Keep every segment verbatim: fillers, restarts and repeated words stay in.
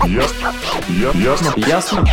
Ясно. Ясно. Ясно.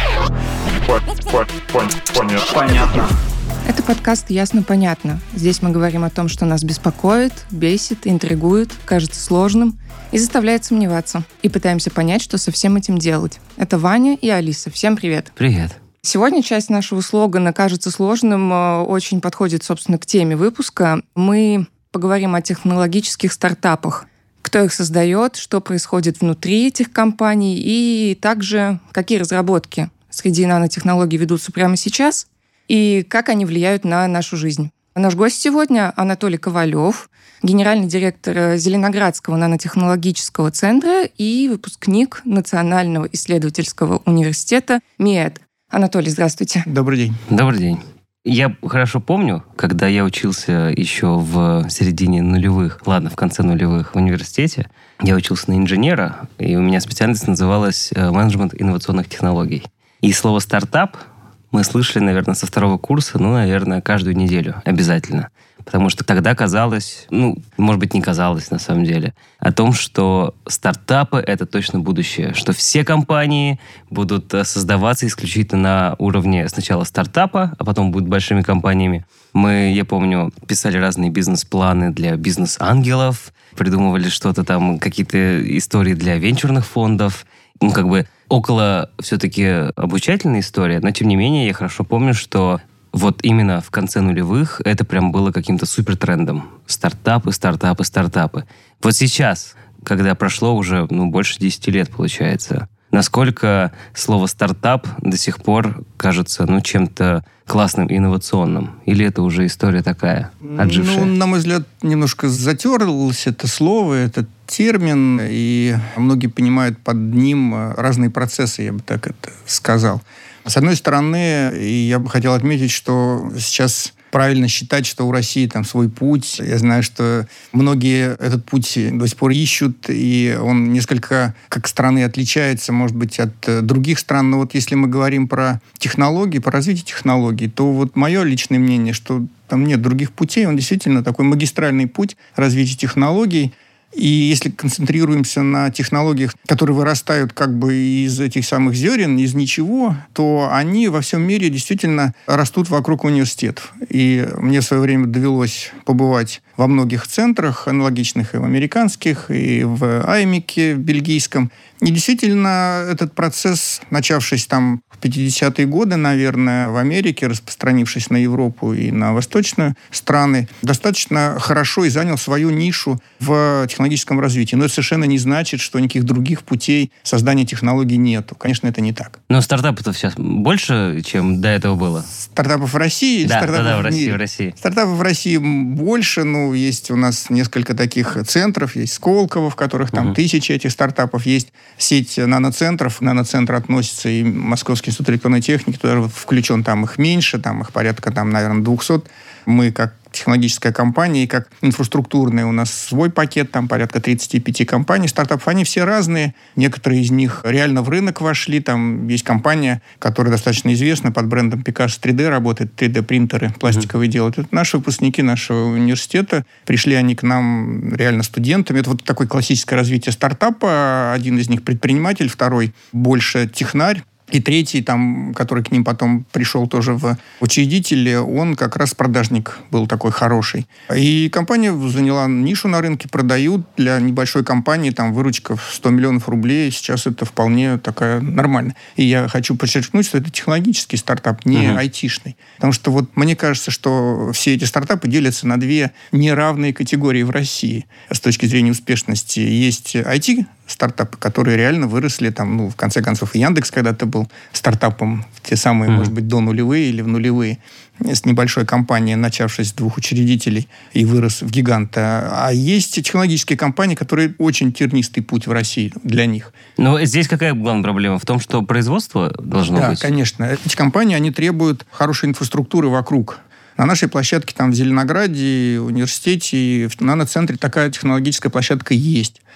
Понятно. Понятно. Это подкаст «Ясно-понятно». Здесь мы говорим о том, что нас беспокоит, бесит, интригует, кажется сложным и заставляет сомневаться. И пытаемся понять, что со всем этим делать. Это Ваня и Алиса. Всем привет. Привет. Сегодня часть нашего слогана «Кажется сложным» очень подходит, собственно, к теме выпуска. Мы поговорим о технологических стартапах. Кто их создает, что происходит внутри этих компаний и также какие разработки среди нанотехнологий ведутся прямо сейчас и как они влияют на нашу жизнь. Наш гость сегодня Анатолий Ковалев, генеральный директор Зеленоградского нанотехнологического центра и выпускник Национального исследовательского университета МИЭД. Анатолий, здравствуйте. Добрый день. Добрый день. Я хорошо помню, когда я учился еще в середине нулевых, ладно, в конце нулевых в университете, я учился на инженера, и у меня специальность называлась менеджмент инновационных технологий. И слово «стартап» мы слышали, наверное, со второго курса, ну, наверное, каждую неделю обязательно. Потому что тогда казалось, ну, может быть, не казалось на самом деле, о том, что стартапы — это точно будущее, что все компании будут создаваться исключительно на уровне сначала стартапа, а потом будут большими компаниями. Мы, я помню, писали разные бизнес-планы для бизнес-ангелов, придумывали что-то там, какие-то истории для венчурных фондов, ну, как бы около все-таки обучательная история, но, тем не менее, я хорошо помню, что вот именно в конце нулевых это прям было каким-то супертрендом. Стартапы, стартапы, стартапы. Вот сейчас, когда прошло уже ну, больше десяти лет, получается, насколько слово «стартап» до сих пор кажется ну, чем-то классным, инновационным? Или это уже история такая, отжившая? Ну, на мой взгляд, немножко затерлось это слово, этот термин, и многие понимают под ним разные процессы, я бы так это сказал. С одной стороны, я бы хотел отметить, что сейчас правильно считать, что у России там свой путь. Я знаю, что многие этот путь до сих пор ищут, и он несколько как страны отличается, может быть, от других стран. Но вот если мы говорим про технологии, про развитие технологий, то вот мое личное мнение, что там нет других путей, он действительно такой магистральный путь развития технологий. И если концентрируемся на технологиях, которые вырастают как бы из этих самых зерен, из ничего, то они во всем мире действительно растут вокруг университетов. И мне в свое время довелось побывать во многих центрах, аналогичных и в американских, и в аймике бельгийском. И действительно этот процесс, начавшись там в пятидесятые годы, наверное, в Америке, распространившись на Европу и на восточные страны, достаточно хорошо и занял свою нишу в технологическом развитии. Но это совершенно не значит, что никаких других путей создания технологий нету. Конечно, это не так. Но стартапов-то сейчас больше, чем до этого было? Стартапов в России? Или да, стартапов да, да, в России, мире? в России. Стартапов в России больше. Ну, есть у нас несколько таких центров. Есть Сколково, в которых там uh-huh. тысячи этих стартапов. Есть сеть наноцентров. Наноцентр относится и Московский институт электронной техники. Туда включен там их меньше. Там их порядка, там, наверное, двухсот. Мы, как технологическая компания, и как инфраструктурная у нас свой пакет, там порядка тридцать пять компаний, стартапов, они все разные. Некоторые из них реально в рынок вошли. Там есть компания, которая достаточно известна, под брендом Picasso три дэ работает, три дэ-принтеры пластиковые mm-hmm. делают. Это наши выпускники нашего университета. Пришли они к нам реально студентами. Это вот такое классическое развитие стартапа. Один из них предприниматель, второй больше технарь. И третий, там, который к ним потом пришел тоже в учредители, он как раз продажник был такой хороший. И компания заняла нишу на рынке, продают для небольшой компании, там, выручка в сто миллионов рублей. Сейчас это вполне такая нормальная. И я хочу подчеркнуть, что это технологический стартап, не uh-huh. айтишный. Потому что вот мне кажется, что все эти стартапы делятся на две неравные категории в России с точки зрения успешности. Есть ай ти стартапы, которые реально выросли, там, ну, в конце концов, и Яндекс когда-то был стартапом, те самые, mm-hmm. может быть, до нулевые или в нулевые, с небольшой компанией, начавшись с двух учредителей, и вырос в гиганта. А есть технологические компании, которые очень тернистый путь в России для них. Но здесь какая главная проблема? В том, что производство должно да, быть? Да, конечно. Эти компании, они требуют хорошей инфраструктуры вокруг. На нашей площадке там в Зеленограде, университете, в наноцентре такая технологическая площадка есть.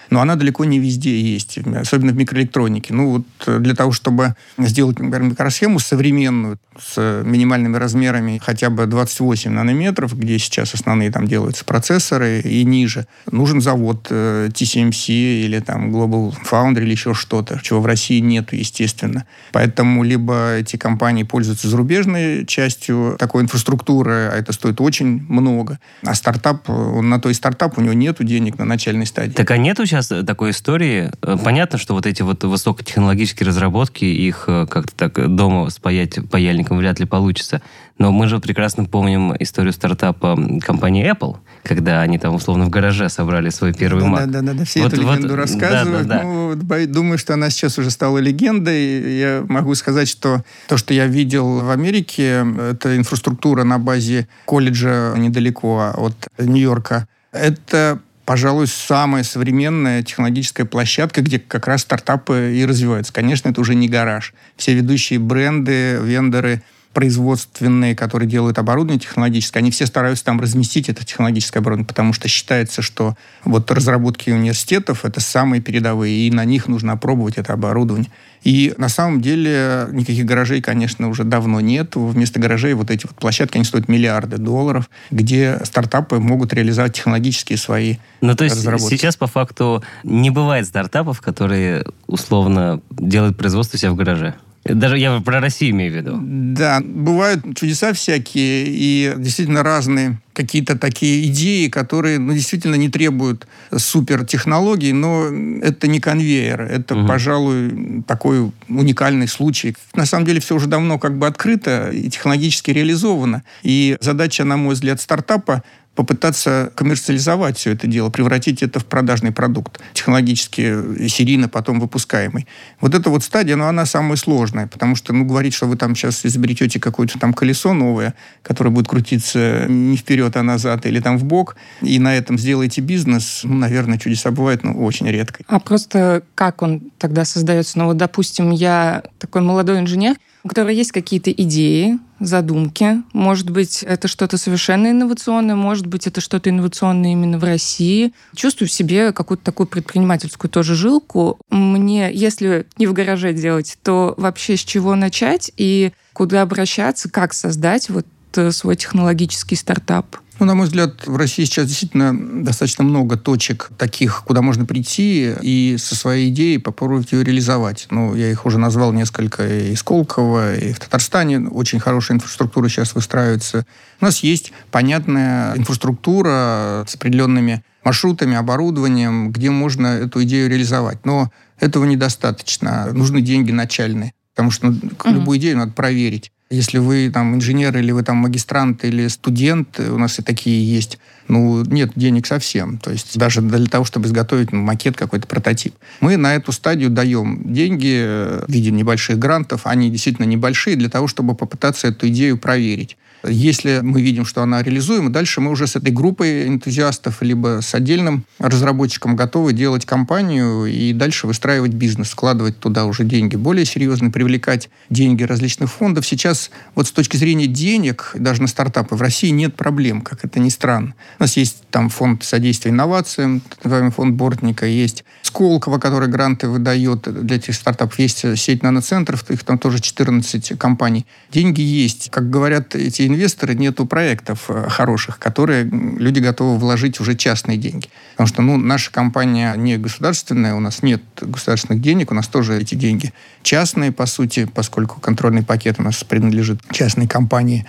но она далеко не везде есть, особенно в микроэлектронике. Ну вот для того, чтобы сделать, например, микросхему современную, с минимальными размерами хотя бы двадцать восемь нанометров, где сейчас основные там делаются процессоры, и ниже, нужен завод ти эс эм си или там Global Foundry или еще что-то, чего в России нету, естественно. Поэтому либо эти компании пользуются зарубежной частью такой инфраструктуры, а это стоит очень много, а стартап, он на то и стартап, у него нету денег на начальной стадии. Так а нету сейчас такой истории? Понятно, что вот эти вот высокотехнологические разработки, их как-то так дома спаять паяльником вряд ли получится. Но мы же прекрасно помним историю стартапа компании Apple, когда они там условно в гараже собрали свой первый Mac. Да-да-да, все вот, эту легенду вот, рассказывают. Да, да, да. Ну, думаю, что она сейчас уже стала легендой. Я могу сказать, что то, что я видел в Америке, это инфраструктура на базе колледжа недалеко от Нью-Йорка. Это, пожалуй, самая современная технологическая площадка, где как раз стартапы и развиваются. Конечно, это уже не гараж. Все ведущие бренды, вендоры производственные, которые делают оборудование технологическое, они все стараются там разместить это технологическое оборудование, потому что считается, что вот разработки университетов — это самые передовые, и на них нужно опробовать это оборудование. И на самом деле никаких гаражей, конечно, уже давно нет. Вместо гаражей вот эти вот площадки, они стоят миллиарды долларов, где стартапы могут реализовать технологические свои Ну, то есть разработки. Сейчас по факту не бывает стартапов, которые условно делают производство у себя в гараже. Даже я про Россию имею в виду. Да, бывают чудеса всякие и действительно разные какие-то такие идеи, которые ну, действительно не требуют супертехнологий, но это не конвейер. Это, угу. пожалуй, такой уникальный случай. На самом деле все уже давно как бы открыто и технологически реализовано. И задача, на мой взгляд, стартапа попытаться коммерциализовать все это дело, превратить это в продажный продукт, технологически серийно потом выпускаемый. Вот эта вот стадия, ну, она самая сложная, потому что, ну, говорить, что вы там сейчас изобретете какое-то там колесо новое, которое будет крутиться не вперед, а назад, или там вбок, и на этом сделаете бизнес, ну, наверное, чудеса бывают, но очень редко. А просто как он тогда создается? Ну, вот, допустим, я такой молодой инженер, у которого есть какие-то идеи, задумки. Может быть, это что-то совершенно инновационное, может быть, это что-то инновационное именно в России. Чувствую в себе какую-то такую предпринимательскую тоже жилку. Мне, если не в гараже делать, то вообще с чего начать и куда обращаться, как создать вот свой технологический стартап? Ну, на мой взгляд, в России сейчас действительно достаточно много точек таких, куда можно прийти и со своей идеей попробовать ее реализовать. Ну, я их уже назвал несколько и Сколково, и в Татарстане очень хорошая инфраструктура сейчас выстраивается. У нас есть понятная инфраструктура с определенными маршрутами, оборудованием, где можно эту идею реализовать. Но этого недостаточно. Нужны деньги начальные, потому что ну, mm-hmm. любую идею надо проверить. Если вы там инженер, или вы там магистрант, или студент, у нас и такие есть, ну, нет денег совсем. То есть даже для того, чтобы изготовить ну, макет, какой-то прототип. Мы на эту стадию даем деньги в виде небольших грантов. Они действительно небольшие, для того, чтобы попытаться эту идею проверить. Если мы видим, что она реализуема, дальше мы уже с этой группой энтузиастов либо с отдельным разработчиком готовы делать компанию и дальше выстраивать бизнес, вкладывать туда уже деньги более серьезно, привлекать деньги различных фондов. Сейчас вот с точки зрения денег, даже на стартапы в России нет проблем, как это ни странно. У нас есть там фонд содействия инновациям, так называемый фонд Бортника, есть Сколково, который гранты выдает для этих стартапов, есть сеть наноцентров, их там тоже четырнадцать компаний. Деньги есть. Как говорят эти инвесторы, нету проектов хороших, которые люди готовы вложить уже частные деньги. Потому что ну, наша компания не государственная, у нас нет государственных денег, у нас тоже эти деньги частные, по сути, поскольку контрольный пакет у нас принадлежит частной компании.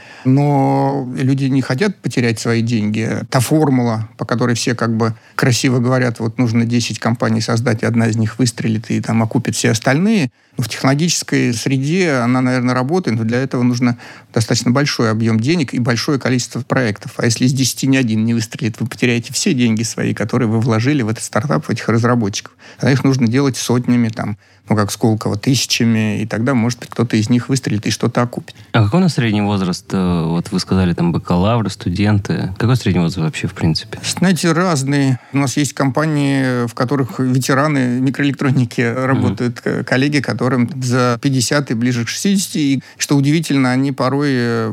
Но люди не хотят потерять свои деньги. Та формула, по которой все как бы красиво говорят, вот нужно десять компаний создать, и одна из них выстрелит и там окупит все остальные. Но в технологической среде она, наверное, работает, но для этого нужно достаточно большой объем денег и большое количество проектов. А если из десяти ни один не выстрелит, вы потеряете все деньги свои, которые вы вложили в этот стартап, в этих разработчиков. Тогда их нужно делать сотнями, там, ну, как Сколково, тысячами, и тогда, может быть, кто-то из них выстрелит и что-то окупит. А какой у нас средний возраст? Вот вы сказали, там, бакалавры, студенты. Какой средний возраст вообще, в принципе? Знаете, разные. У нас есть компании, в которых ветераны микроэлектроники работают, mm-hmm. коллеги, которым за пятьдесят и ближе к шестидесяти. И, что удивительно, они порой более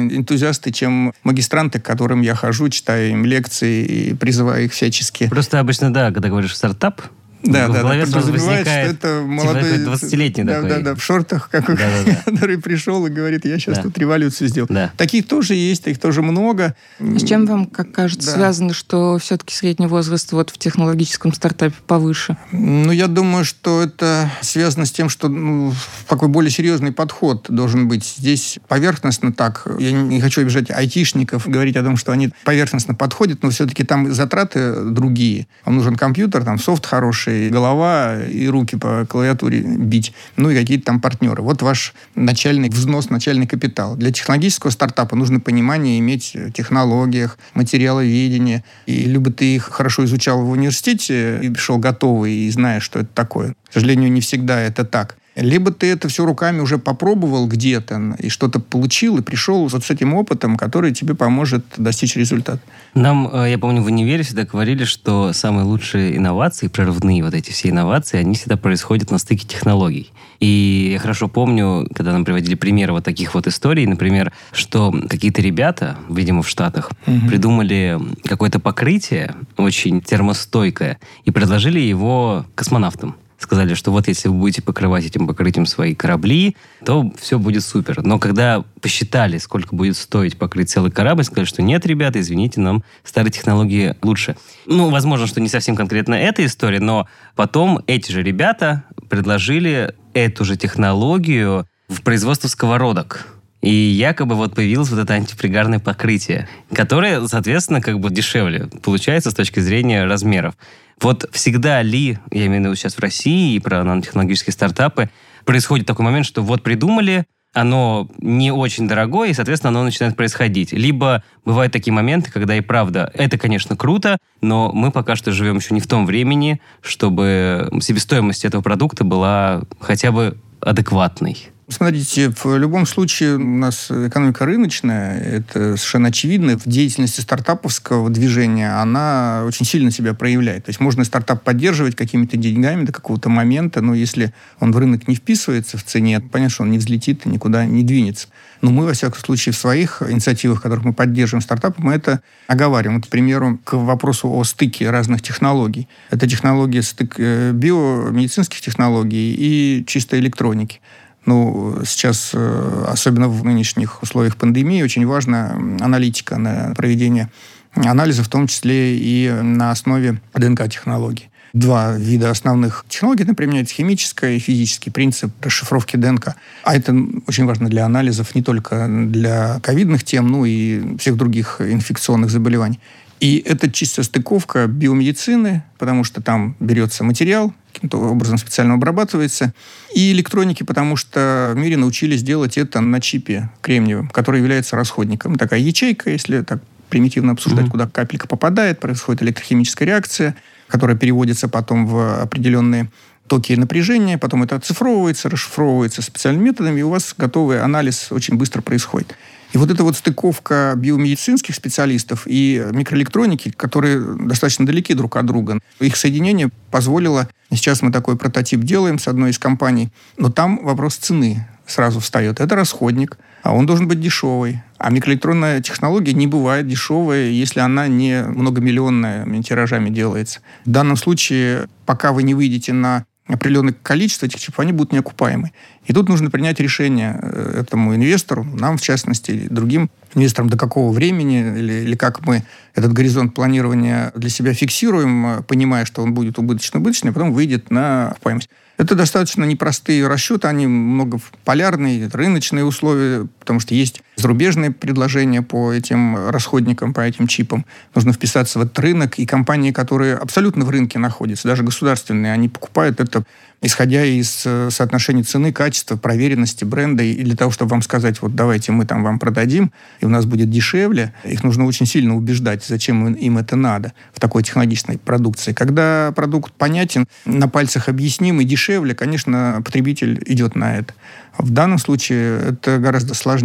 энтузиасты, чем магистранты, к которым я хожу, читаю им лекции и призываю их всячески. Просто обычно, да, когда говоришь стартап, Да, в да, голове да, сразу подразумевает, возникает, что это типа, молодой... какой-то двадцатилетний да, такой. Да, да, в шортах, как, Да, да, да. который пришел и говорит, я сейчас Да. тут революцию сделал. Да. Таких тоже есть, их тоже много. С чем вам, как кажется, Да. связано, что все-таки средний возраст вот в технологическом стартапе повыше? Ну, я думаю, что это связано с тем, что ну, такой более серьезный подход должен быть. Здесь поверхностно так. Я не хочу обижать айтишников, говорить о том, что они поверхностно подходят, но все-таки там затраты другие. Вам нужен компьютер, там софт хороший, голова и руки по клавиатуре бить. Ну и какие-то там партнеры. Вот ваш начальный взнос, начальный капитал. Для технологического стартапа нужно понимание иметь в технологиях, материаловедение. И либо ты их хорошо изучал в университете и пришел готовый и знаешь, что это такое. К сожалению, не всегда это так. Либо ты это все руками уже попробовал где-то и что-то получил, и пришел вот с этим опытом, который тебе поможет достичь результата. Нам, я помню, в универе всегда говорили, что самые лучшие инновации, прорывные вот эти все инновации, они всегда происходят на стыке технологий. И я хорошо помню, когда нам приводили примеры вот таких вот историй, например, что какие-то ребята, видимо, в Штатах, угу. придумали какое-то покрытие очень термостойкое и предложили его космонавтам. Сказали, что вот если вы будете покрывать этим покрытием свои корабли, то все будет супер. Но когда посчитали, сколько будет стоить покрыть целый корабль, сказали, что нет, ребята, извините, нам старые технологии лучше. Ну, возможно, что не совсем конкретно эта история, но потом эти же ребята предложили эту же технологию в производство сковородок. И якобы вот появилось вот это антипригарное покрытие, которое, соответственно, как бы дешевле получается с точки зрения размеров. Вот всегда ли, я имею в виду сейчас в России и про нанотехнологические стартапы, происходит такой момент, что вот придумали, оно не очень дорогое, и, соответственно, оно начинает происходить. Либо бывают такие моменты, когда и правда, это, конечно, круто, но мы пока что живем еще не в том времени, чтобы себестоимость этого продукта была хотя бы адекватной. Смотрите, в любом случае у нас экономика рыночная, это совершенно очевидно. В деятельности стартаповского движения она очень сильно себя проявляет. То есть можно стартап поддерживать какими-то деньгами до какого-то момента, но если он в рынок не вписывается в цене, понятно, что он не взлетит и никуда не двинется. Но мы, во всяком случае, в своих инициативах, которых мы поддерживаем стартапы, мы это оговариваем. Вот, к примеру, к вопросу о стыке разных технологий. Это технология стык биомедицинских технологий и чистой электроники. Ну, сейчас, особенно в нынешних условиях пандемии, очень важна аналитика на проведение анализа, в том числе и на основе ДНК-технологий. Два вида основных технологий, например, это химическая и физический принцип расшифровки ДНК. А это очень важно для анализов не только для ковидных тем, но и всех других инфекционных заболеваний. И это чисто стыковка биомедицины, потому что там берется материал, каким-то образом специально обрабатывается, и электроники, потому что в мире научились делать это на чипе кремниевом, который является расходником. Такая ячейка, если так примитивно обсуждать, mm-hmm. куда капелька попадает, происходит электрохимическая реакция, которая переводится потом в определенные токи напряжения, потом это оцифровывается, расшифровывается специальными методами, и у вас готовый анализ очень быстро происходит. И вот эта вот стыковка биомедицинских специалистов и микроэлектроники, которые достаточно далеки друг от друга, их соединение позволило... Сейчас мы такой прототип делаем с одной из компаний, но там вопрос цены сразу встает. Это расходник, а он должен быть дешевый. А микроэлектронная технология не бывает дешевая, если она не многомиллионными тиражами делается. В данном случае, пока вы не выйдете на определенное количество этих чипов, они будут неокупаемы. И тут нужно принять решение этому инвестору, нам, в частности, и другим инвесторам, до какого времени или, или как мы этот горизонт планирования для себя фиксируем, понимая, что он будет убыточно-убыточный, а потом выйдет на окупаемость. Это достаточно непростые расчеты, они многополярные, рыночные условия, потому что есть зарубежные предложения по этим расходникам, по этим чипам. Нужно вписаться в этот рынок, и компании, которые абсолютно в рынке находятся, даже государственные, они покупают это, исходя из соотношения цены, качества, проверенности бренда, и для того, чтобы вам сказать, вот давайте мы там вам продадим, и у нас будет дешевле, их нужно очень сильно убеждать, зачем им это надо в такой технологичной продукции. Когда продукт понятен, на пальцах объясним и дешевле, конечно, потребитель идет на это. В данном случае это гораздо сложнее.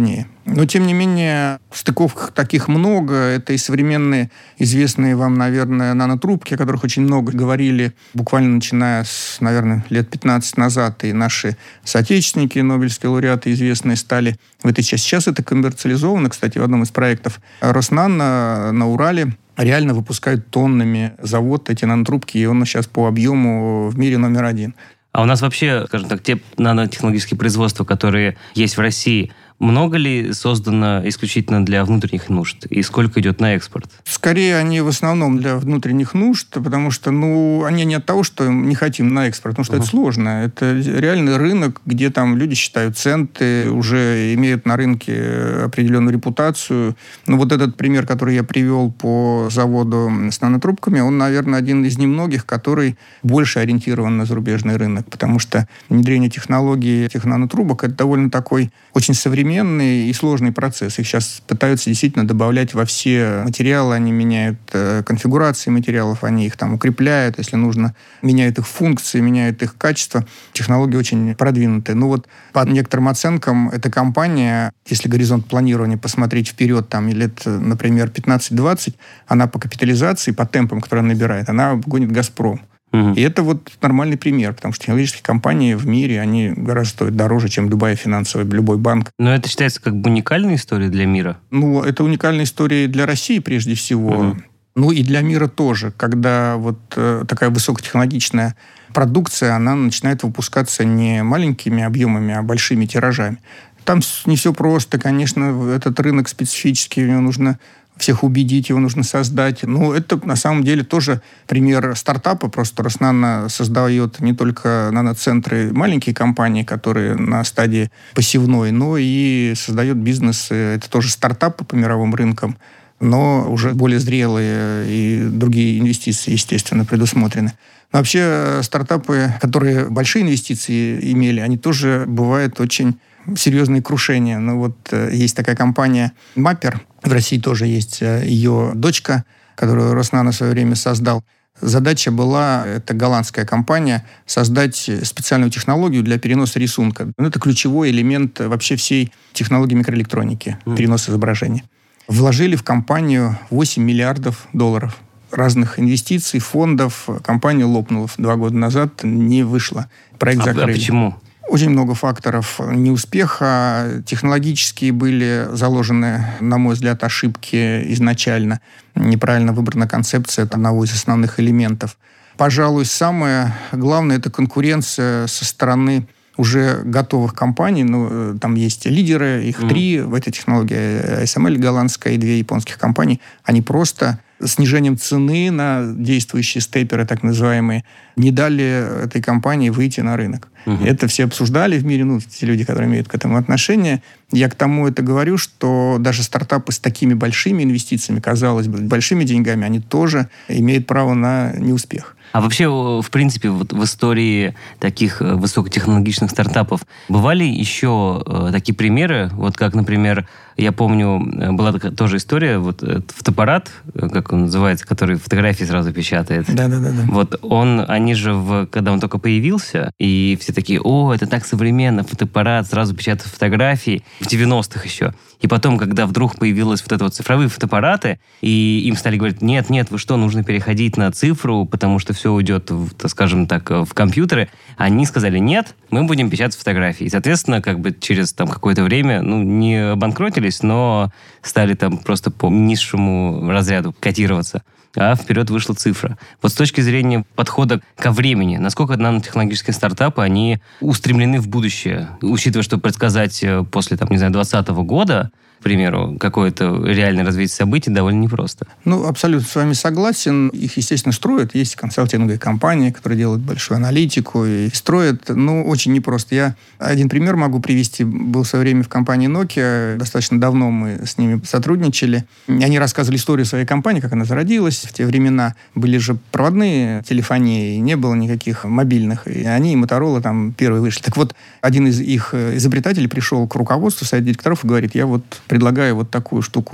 Но, тем не менее, стыковок таких много. Это и современные, известные вам, наверное, нанотрубки, о которых очень много говорили, буквально начиная с, наверное, лет пятнадцать назад. И наши соотечественники, нобелевские лауреаты известные, стали в этой части. Сейчас это коммерциализовано. Кстати, в одном из проектов Роснано на Урале реально выпускают тоннами завод эти нанотрубки, и он сейчас по объему в мире номер один. А у нас вообще, скажем так, те нанотехнологические производства, которые есть в России, много ли создано исключительно для внутренних нужд? И сколько идет на экспорт? Скорее, они в основном для внутренних нужд, потому что, ну, они не от того, что не хотим на экспорт, потому что uh-huh. это сложно. Это реальный рынок, где там люди считают центы, уже имеют на рынке определенную репутацию. Ну, вот этот пример, который я привел по заводу с нанотрубками, он, наверное, один из немногих, который больше ориентирован на зарубежный рынок, потому что внедрение технологий этих нанотрубок — это довольно такой очень современный и сложный процесс. Их сейчас пытаются действительно добавлять во все материалы, они меняют э, конфигурации материалов, они их там укрепляют, если нужно, меняют их функции, меняют их качество. Технологии очень продвинутые. Ну вот по некоторым оценкам эта компания, если горизонт планирования посмотреть вперед, там лет, например, пятнадцать-двадцать, она по капитализации, по темпам, которые она набирает, она гонит «Газпром». И это вот нормальный пример, потому что технологические компании в мире, они гораздо стоят дороже, чем любая финансовая, любой банк. Но это считается как бы уникальной историей для мира? Ну, это уникальная история для России прежде всего, mm-hmm. ну и для мира тоже, когда вот э, такая высокотехнологичная продукция, она начинает выпускаться не маленькими объемами, а большими тиражами. Там не все просто, конечно, этот рынок специфический, его нужно всех убедить, его нужно создать. Ну, это на самом деле тоже пример стартапа. Просто Роснано создает не только наноцентры, маленькие компании, которые на стадии посевной, но и создает бизнес. Это тоже стартапы по мировым рынкам, но уже более зрелые, и другие инвестиции, естественно, предусмотрены. Но вообще стартапы, которые большие инвестиции имели, они тоже бывают очень серьезные крушения. Ну вот э, есть такая компания Mapper, в России тоже есть э, ее дочка, которую Роснано в свое время создал. Задача была, это голландская компания, создать специальную технологию для переноса рисунка. Ну, это ключевой элемент вообще всей технологии микроэлектроники, mm. перенос изображения. Вложили в компанию восемь миллиардов долларов разных инвестиций, фондов. Компания лопнула два года назад, не вышла. Проект а, закрыли. А почему? Очень много факторов неуспеха. Технологические были заложены, на мой взгляд, ошибки изначально. Неправильно выбрана концепция одного из основных элементов. Пожалуй, самое главное – это конкуренция со стороны уже готовых компаний. Ну, там есть лидеры, их mm. три в этой технологии. эс эм эль голландская и две японских компании. Они просто снижением цены на действующие степеры, так называемые, не дали этой компании выйти на рынок. Угу. Это все обсуждали в мире, ну, те люди, которые имеют к этому отношение. Я к тому это говорю, что даже стартапы с такими большими инвестициями, казалось бы, большими деньгами, они тоже имеют право на неуспех. А вообще, в принципе, вот в истории таких высокотехнологичных стартапов бывали еще э, такие примеры, вот как, например, я помню, была такая тоже история, вот фотоаппарат, как он называется, который фотографии сразу печатает. Да-да-да. Вот он, они же, в, когда он только появился, и все такие, о, это так современно, фотоаппарат, сразу печатает фотографии, в девяностых еще. И потом, когда вдруг появились вот это вот цифровые фотоаппараты, и им стали говорить, нет, нет, вы что, нужно переходить на цифру, потому что все уйдет, в, так скажем так, в компьютеры, они сказали, нет, мы будем печатать фотографии. И, соответственно, как бы через там какое-то время, ну, не обанкротились, но стали там просто по низшему разряду котироваться. А вперед вышла цифра. Вот с точки зрения подхода ко времени, насколько нанотехнологические стартапы, они устремлены в будущее, учитывая, что предсказать после, там, не знаю, двадцатого года, к примеру, какое-то реальное развитие событий довольно непросто. Ну, абсолютно с вами согласен. Их, естественно, строят. Есть консалтинговые компании, которые делают большую аналитику и строят. Ну, очень непросто. Я один пример могу привести. Был в свое время в компании Nokia. Достаточно давно мы с ними сотрудничали. И они рассказывали историю своей компании, как она зародилась. В те времена были же проводные телефонии, не было никаких мобильных. И они, и Motorola, там первые вышли. Так вот, один из их изобретателей пришел к руководству совета директоров и говорит, я вот предлагаю вот такую штуку.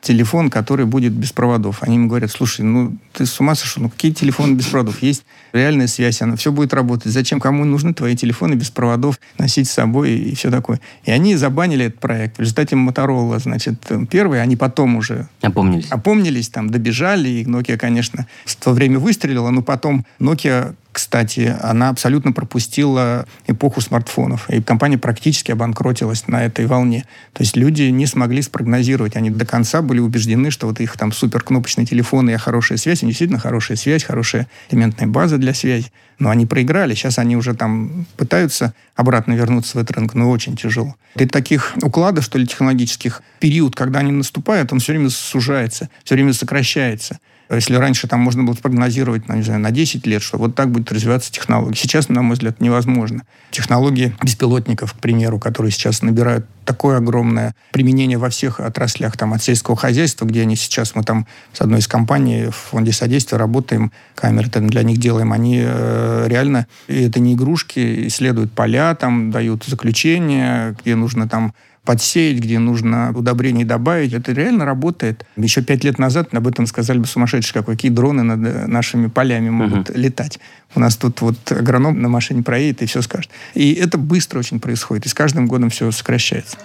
телефон, который будет без проводов. Они ему говорят, слушай, ну ты с ума сошел, ну какие телефоны без проводов? Есть реальная связь, она все будет работать. Зачем, кому нужны твои телефоны без проводов, носить с собой и все такое. И они забанили этот проект. В результате Motorola, значит, первые, они потом уже опомнились, опомнились там, добежали, и Nokia, конечно, в то время выстрелила, но потом Nokia, кстати, она абсолютно пропустила эпоху смартфонов. И компания практически обанкротилась на этой волне. То есть люди не смогли спрогнозировать. Они до конца были убеждены, что вот их там суперкнопочные телефоны и хорошая связь, у них действительно хорошая связь, хорошая элементная база для связи. Но они проиграли. Сейчас они уже там пытаются обратно вернуться в этот рынок, но очень тяжело. И таких укладов, что ли, технологических, период, когда они наступают, он все время сужается, все время сокращается. Если раньше там можно было спрогнозировать, ну, не знаю, на десять лет, что вот так будет развиваться технология. Сейчас, на мой взгляд, невозможно. Технологии беспилотников, к примеру, которые сейчас набирают такое огромное применение во всех отраслях, там, от сельского хозяйства, где они сейчас, мы там с одной из компаний в фонде содействия работаем, камеры там для них делаем, они э, реально, и это не игрушки, исследуют поля, там, дают заключения, где нужно там подсеять, где нужно удобрений добавить. Это реально работает. Еще пять лет назад об этом сказали бы сумасшедшие, как какие дроны над нашими полями могут uh-huh. летать. У нас тут вот агроном на машине проедет и все скажет. И это быстро очень происходит. И с каждым годом все сокращается.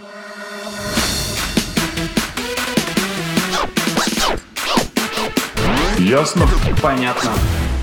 Ясно? Понятно.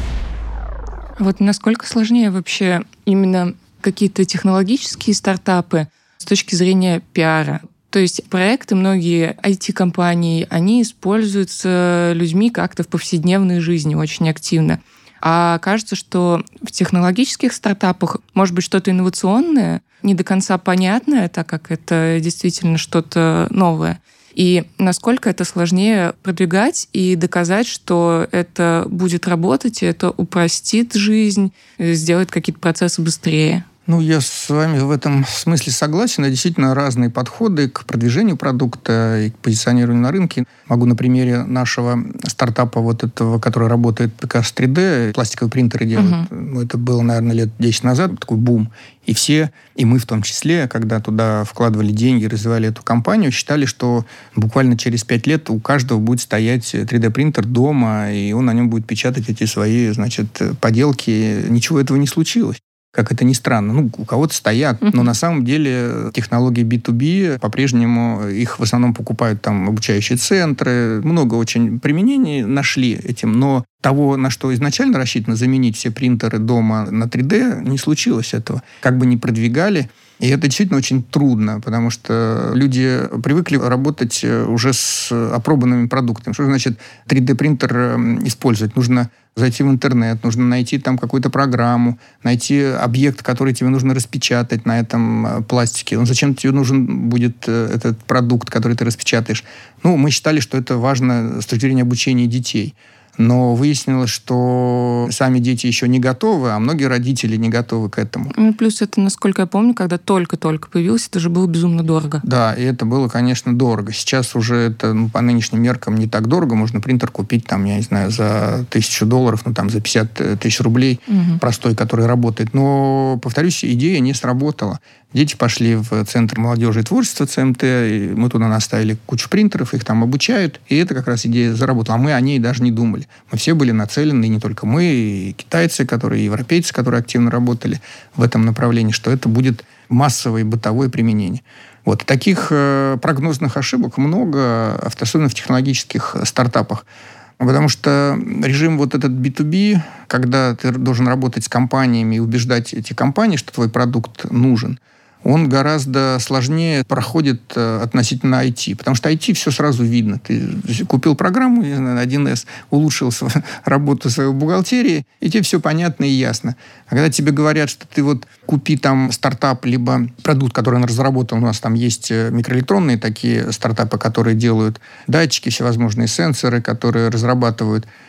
Вот насколько сложнее вообще именно какие-то технологические стартапы с точки зрения пиара? То есть проекты, многие ай ти-компании, они используются людьми как-то в повседневной жизни очень активно. А кажется, что в технологических стартапах может быть что-то инновационное, не до конца понятное, так как это действительно что-то новое. И насколько это сложнее продвигать и доказать, что это будет работать, и это упростит жизнь, сделает какие-то процессы быстрее? Ну, я с вами в этом смысле согласен. Это действительно разные подходы к продвижению продукта и к позиционированию на рынке. Могу на примере нашего стартапа, вот этого, который работает пи кей эс три дэ, пластиковые принтеры делают. Uh-huh. Ну, это было, наверное, лет десять назад, такой бум. И все, и мы в том числе, когда туда вкладывали деньги, развивали эту компанию, считали, что буквально через пять лет у каждого будет стоять три дэ-принтер дома, и он на нем будет печатать эти свои, значит, поделки. Ничего этого не случилось. Как это ни странно. Ну, у кого-то стоят, uh-huh. но на самом деле технологии би ту би по-прежнему, их в основном покупают там обучающие центры. Много очень применений нашли этим, но того, на что изначально рассчитано заменить все принтеры дома на три дэ, не случилось этого. Как бы ни продвигали, и это действительно очень трудно, потому что люди привыкли работать уже с опробованными продуктами. Что значит три дэ-принтер использовать? Нужно зайти в интернет, нужно найти там какую-то программу, найти объект, который тебе нужно распечатать на этом пластике. Ну, зачем тебе нужен будет этот продукт, который ты распечатаешь? Ну, мы считали, что это важно с точки зрения обучения детей. Но выяснилось, что сами дети еще не готовы, а многие родители не готовы к этому. Ну, плюс это, насколько я помню, когда только-только появилось, это же было безумно дорого. Да, и это было, конечно, дорого. Сейчас уже это, ну, по нынешним меркам не так дорого. Можно принтер купить, там, я не знаю, за тысячу долларов, ну, там, за пятьдесят тысяч рублей, угу. простой, который работает. Но, повторюсь, идея не сработала. Дети пошли в Центр молодежи и творчества цэ эм тэ, и мы туда наставили кучу принтеров, их там обучают, и это как раз идея заработала. А мы о ней даже не думали. Мы все были нацелены, и не только мы, и китайцы, которые, и европейцы, которые активно работали в этом направлении, что это будет массовое бытовое применение. Вот. Таких э, прогнозных ошибок много, особенно в технологических стартапах. Потому что режим вот этот би ту би, когда ты должен работать с компаниями и убеждать эти компании, что твой продукт нужен, он гораздо сложнее проходит относительно ай ти. Потому что ай ти все сразу видно. Ты купил программу, не знаю, один эс, улучшил свою, работу своей бухгалтерии, и тебе все понятно и ясно. А когда тебе говорят, что ты вот купи там стартап, либо продукт, который он разработал, у нас там есть микроэлектронные такие стартапы, которые делают датчики, всевозможные сенсоры, которые разрабатывают,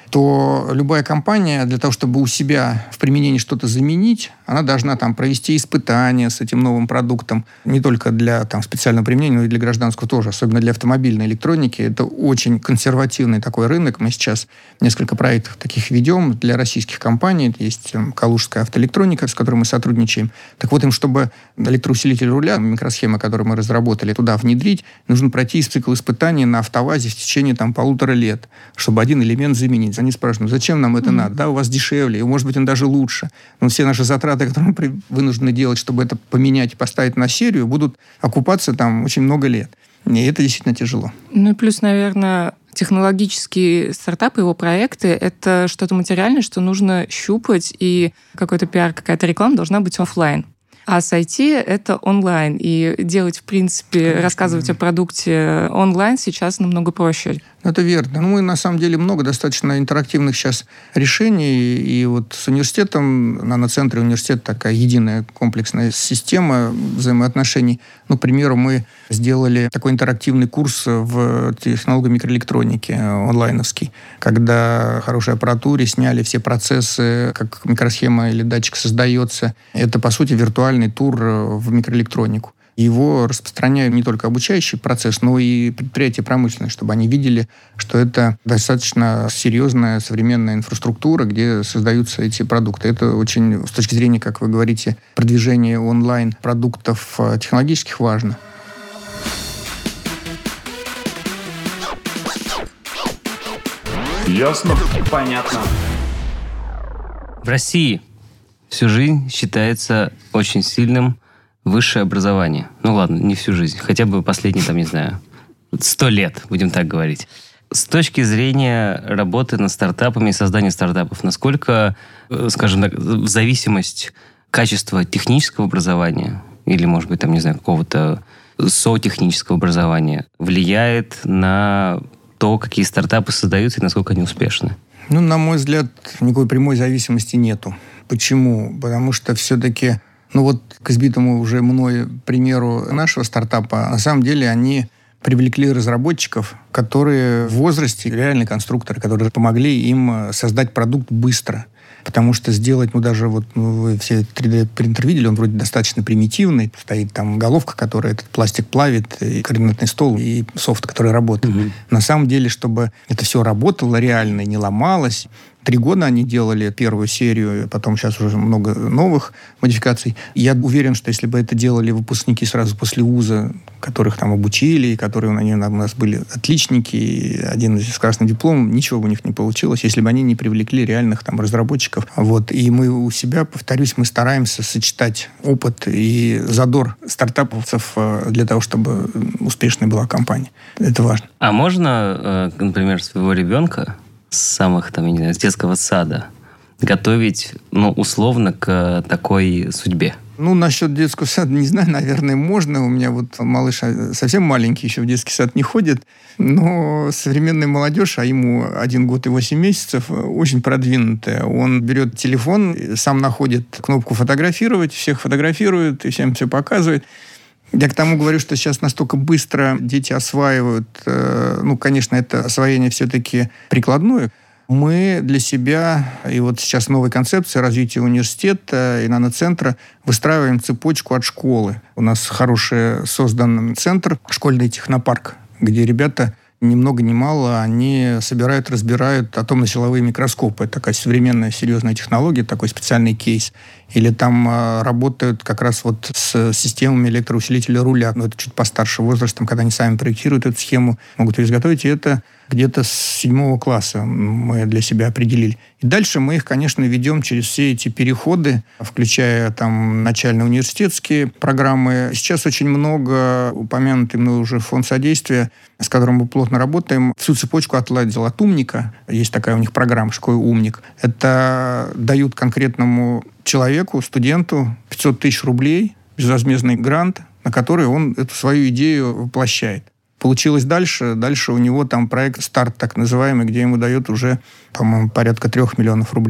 то любая компания для того, чтобы у себя в применении что-то заменить, она должна там провести испытания с этим новым продуктом. Не только для там, специального применения, но и для гражданского тоже. Особенно для автомобильной электроники. Это очень консервативный такой рынок. Мы сейчас несколько проектов таких ведем для российских компаний. Есть там, Калужская автоэлектроника, с которой мы сотрудничаем. Так вот, им, чтобы электроусилитель руля, микросхема, которую мы разработали, туда внедрить, нужно пройти цикл испытаний на АвтоВАЗе в течение там, полутора лет, чтобы один элемент заменить. Они спрашивают, зачем нам это mm-hmm. надо? Да, у вас дешевле, и, может быть, он даже лучше. Но все наши затраты, которые мы вынуждены делать, чтобы это поменять и поставить на серию, будут окупаться там очень много лет. И это действительно тяжело. Ну и плюс, наверное, технологические стартапы, его проекты — это что-то материальное, что нужно щупать, и какой-то пиар, какая-то реклама должна быть офлайн. А с ай ти это онлайн. И делать, в принципе, Конечно, рассказывать да. о продукте онлайн сейчас намного проще. Это верно. Ну, мы, на самом деле, много достаточно интерактивных сейчас решений. И вот с университетом, наноцентре университет такая единая комплексная система взаимоотношений. Ну, к примеру, мы сделали такой интерактивный курс в технологии микроэлектроники онлайновский, когда хорошей аппаратуре сняли все процессы, как микросхема или датчик создается. Это, по сути, виртуальный тур в микроэлектронику. Его распространяют не только обучающий процесс, но и предприятия промышленные, чтобы они видели, что это достаточно серьезная современная инфраструктура, где создаются эти продукты. Это очень, с точки зрения, как вы говорите, продвижения онлайн-продуктов технологических важно. Ясно? Понятно. В России всю жизнь считается очень сильным высшее образование. Ну ладно, не всю жизнь. Хотя бы последние, там, не знаю, сто лет, будем так говорить. С точки зрения работы над стартапами и создания стартапов, насколько, скажем так, зависимость качества технического образования или, может быть, там, не знаю, какого-то зоотехнического образования влияет на то, какие стартапы создаются и насколько они успешны? Ну, на мой взгляд, никакой прямой зависимости нету. Почему? Потому что все-таки Ну вот к избитому уже мной примеру нашего стартапа, на самом деле они привлекли разработчиков, которые в возрасте реальные конструкторы, которые помогли им создать продукт быстро. Потому что сделать, ну даже вот ну, вы все три дэ-принтер видели, он вроде достаточно примитивный. Стоит там головка, которая этот пластик плавит, и координатный стол, и софт, который работает. Mm-hmm. На самом деле, чтобы это все работало реально, не ломалось, Три года они делали первую серию, потом сейчас уже много новых модификаций. Я уверен, что если бы это делали выпускники сразу после вуза, которых там обучили, которые они, у нас были отличники, и один из с красным дипломом, ничего бы у них не получилось, если бы они не привлекли реальных там разработчиков. Вот. И мы у себя, повторюсь, мы стараемся сочетать опыт и задор стартаповцев для того, чтобы успешной была компания. Это важно. А можно, например, своего ребенка с самых, там, я не знаю, с детского сада готовить, ну, условно, к такой судьбе? Ну, насчет детского сада, не знаю, наверное, можно. У меня вот малыш совсем маленький, еще в детский сад не ходит. Но современная молодежь, а ему один год и восемь месяцев, очень продвинутая. Он берет телефон, сам находит кнопку «Фотографировать», всех фотографирует и всем все показывает. Я к тому говорю, что сейчас настолько быстро дети осваивают, э, ну, конечно, это освоение все-таки прикладное. Мы для себя, и вот сейчас новая концепция развития университета и наноцентра, выстраиваем цепочку от школы. У нас хороший создан центр, школьный технопарк, где ребята ни много ни мало, они собирают, разбирают атомно-силовые микроскопы. Это такая современная серьезная технология, такой специальный кейс. Или там э, работают как раз вот с системами электроусилителя руля. Но это чуть постарше возрастом, когда они сами проектируют эту схему, могут ее изготовить. И это где-то с седьмого класса мы для себя определили. И дальше мы их, конечно, ведем через все эти переходы, включая там начальные университетские программы. Сейчас очень много упомянутый мной уже фонд содействия, с которым мы плотно работаем. Всю цепочку отладил от умника. Есть такая у них программа «Школа умник». Это дают конкретному человеку, студенту пятьсот тысяч рублей, безвозмездный грант, на который он эту свою идею воплощает. Получилось дальше. Дальше у него там проект «Старт», так называемый, где ему дают уже, по-моему, порядка трех миллионов рублей.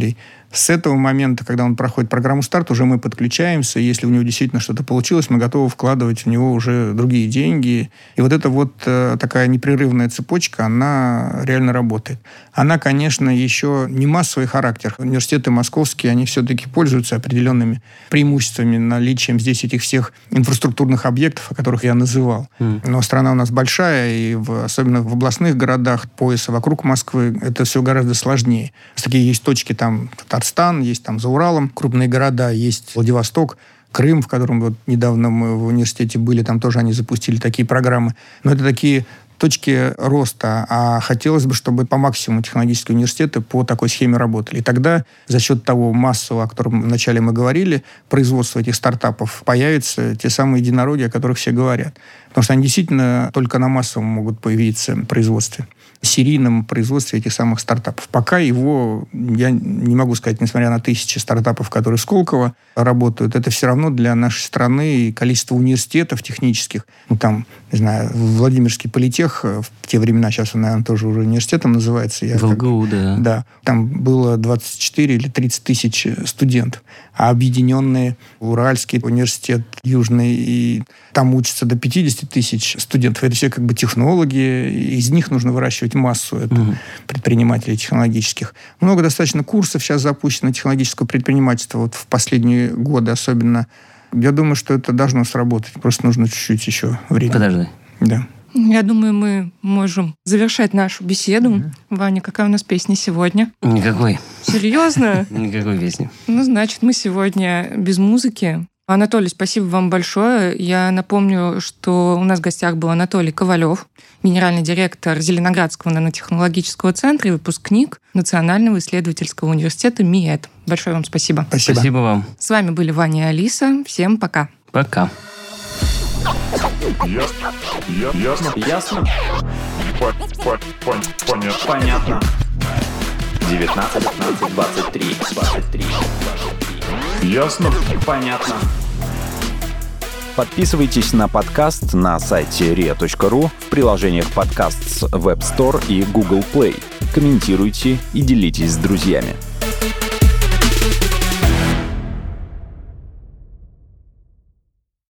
С этого момента, когда он проходит программу «Старт», уже мы подключаемся, и если у него действительно что-то получилось, мы готовы вкладывать в него уже другие деньги. И вот эта вот э, такая непрерывная цепочка, она реально работает. Она, конечно, еще не массовый характер. Университеты московские, они все-таки пользуются определенными преимуществами, наличием здесь этих всех инфраструктурных объектов, о которых я называл. Mm. Но страна у нас большая, и в, особенно в областных городах пояса вокруг Москвы это все гораздо сложнее. Такие есть точки, там Татарстан, есть там за Уралом крупные города, есть Владивосток, Крым, в котором вот недавно мы в университете были, там тоже они запустили такие программы. Но это такие точки роста, а хотелось бы, чтобы по максимуму технологические университеты по такой схеме работали. И тогда за счет того массового, о котором вначале мы говорили, производства этих стартапов, появятся те самые единороги, о которых все говорят. Потому что они действительно только на массовом могут появиться в производстве, серийном производстве этих самых стартапов. Пока его, я не могу сказать, несмотря на тысячи стартапов, которые в Сколково работают, это все равно для нашей страны количество университетов технических, ну там, не знаю, Владимирский политех в те времена, сейчас он, наверное, тоже уже университетом называется. Я в ЛГУ, как, да. Да. Там было двадцать четыре или тридцать тысяч студентов. А объединенные Уральский университет, Южный, и там учатся до пятьдесят тысяч студентов. Это все как бы технологи, из них нужно выращивать массу это, угу. предпринимателей технологических. Много достаточно курсов сейчас запущено технологического предпринимательства вот в последние годы особенно. Я думаю, что это должно сработать. Просто нужно чуть-чуть еще времени. Подожди. Да. Я думаю, мы можем завершать нашу беседу. Mm-hmm. Ваня, какая у нас песня сегодня? Никакой. Серьезно? Никакой песни. Ну, значит, мы сегодня без музыки. Анатолий, спасибо вам большое. Я напомню, что у нас в гостях был Анатолий Ковалев, генеральный директор Зеленоградского нанотехнологического центра и выпускник Национального исследовательского университета МИЭТ. Большое вам спасибо. Спасибо. Спасибо вам. С вами были Ваня и Алиса. Всем пока. Пока. Ясно. Я, ясно. Ясно. По, по, по, понятно. Понятно. девятнадцать, пятнадцать, двадцать три, двадцать три. Ясно. Понятно. Подписывайтесь на подкаст на сайте риа точка ру, в приложениях подкаст с Web Store и Google Play. Комментируйте и делитесь с друзьями.